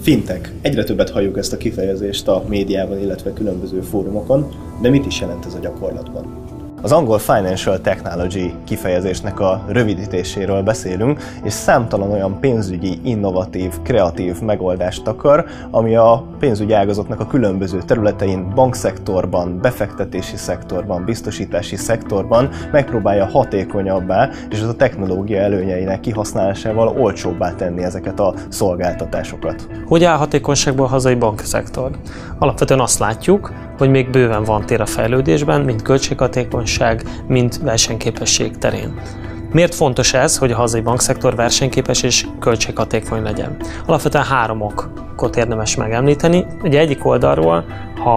Fintech. Egyre többet halljuk ezt a kifejezést a médiában, illetve különböző fórumokon, de mit is jelent ez a gyakorlatban? Az angol Financial Technology kifejezésnek a rövidítéséről beszélünk, és számtalan olyan pénzügyi, innovatív, kreatív megoldást akar, ami a pénzügyi ágazatnak a különböző területein, bankszektorban, befektetési szektorban, biztosítási szektorban megpróbálja hatékonyabbá, és az a technológia előnyeinek kihasználásával olcsóbbá tenni ezeket a szolgáltatásokat. Hogy áll hatékonyságban a hazai bankszektor? Alapvetően azt látjuk, hogy még bőven van tér a fejlődésben, mind költséghatékonyság, mind versenyképesség terén. Miért fontos ez, hogy a hazai bankszektor versenyképes és költséghatékony legyen? Alapvetően 3 okot érdemes megemlíteni. Ugye egyik oldalról,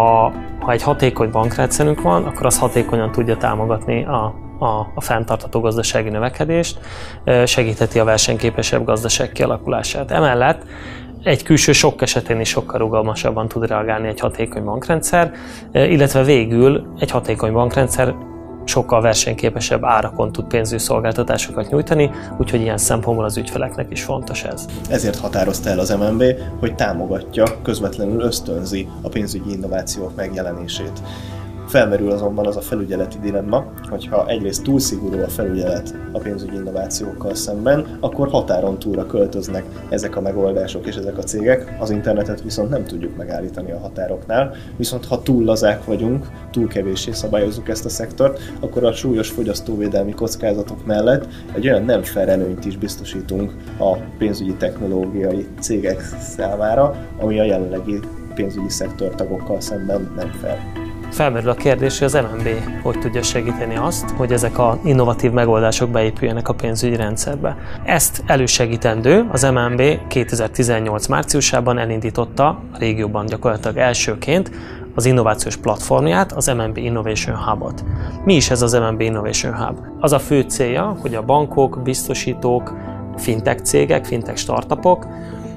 ha egy hatékony bankrendszerünk van, akkor az hatékonyan tudja támogatni a fenntartható gazdasági növekedést, segítheti a versenyképesebb gazdaság kialakulását. Emellett egy külső sokk esetén is sokkal rugalmasabban tud reagálni egy hatékony bankrendszer, illetve végül egy hatékony bankrendszer sokkal versenyképesebb árakon tud pénzügyi szolgáltatásokat nyújtani, úgyhogy ilyen szempontból az ügyfeleknek is fontos ez. Ezért határozta el az MNB, hogy támogatja, közvetlenül ösztönzi a pénzügyi innovációk megjelenését. Felmerül azonban az a felügyeleti dilemma, hogyha egyrészt túl szigorú a felügyelet a pénzügyi innovációkkal szemben, akkor határon túlra költöznek ezek a megoldások és ezek a cégek. Az internetet viszont nem tudjuk megállítani a határoknál, viszont ha túl lazák vagyunk, túl kevéssé szabályozzuk ezt a szektort, akkor a súlyos fogyasztóvédelmi kockázatok mellett egy olyan nem fair előnyt is biztosítunk a pénzügyi technológiai cégek számára, ami a jelenlegi pénzügyi szektortagokkal szemben nem fair. Felmerül a kérdés, hogy az MNB hogy tudja segíteni azt, hogy ezek az innovatív megoldások beépüljenek a pénzügyi rendszerbe. Ezt elősegítendő az MNB 2018 márciusában elindította a régióban gyakorlatilag elsőként az innovációs platformját, az MNB Innovation Hub-ot. Mi is ez az MNB Innovation Hub? Az a fő célja, hogy a bankok, biztosítók, fintech cégek, fintech startupok,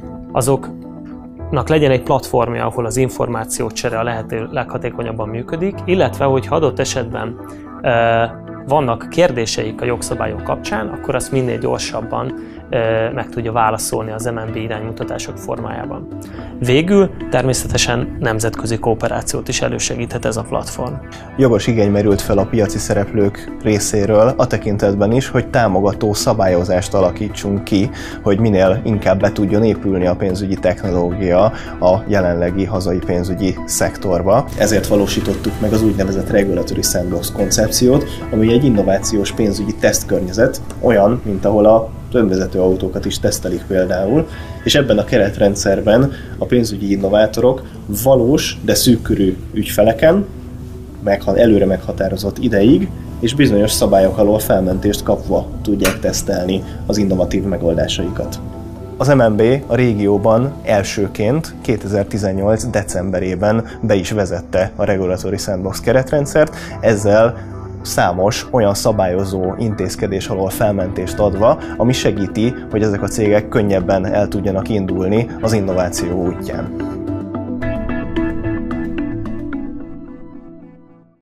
azoknak legyen egy platformja, ahol az információcsere a lehető leghatékonyabban működik, illetve hogyha adott esetben vannak kérdéseik a jogszabályok kapcsán, akkor azt minél gyorsabban meg tudja válaszolni az MNB iránymutatások formájában. Végül természetesen nemzetközi kooperációt is elősegíthet ez a platform. Jogos igény merült fel a piaci szereplők részéről a tekintetben is, hogy támogató szabályozást alakítsunk ki, hogy minél inkább be tudjon épülni a pénzügyi technológia a jelenlegi hazai pénzügyi szektorba. Ezért valósítottuk meg az úgynevezett Regulatory Sandbox koncepciót, ami egy innovációs pénzügyi tesztkörnyezet, olyan, mint ahol a önvezető autókat is tesztelik például, és ebben a keretrendszerben a pénzügyi innovátorok valós, de szűkkörű ügyfeleken, előre meghatározott ideig, és bizonyos szabályok alól felmentést kapva tudják tesztelni az innovatív megoldásaikat. Az MNB a régióban elsőként 2018. decemberében be is vezette a Regulatory Sandbox keretrendszert, ezzel számos olyan szabályozó intézkedés alól felmentést adva, ami segíti, hogy ezek a cégek könnyebben el tudjanak indulni az innováció útján.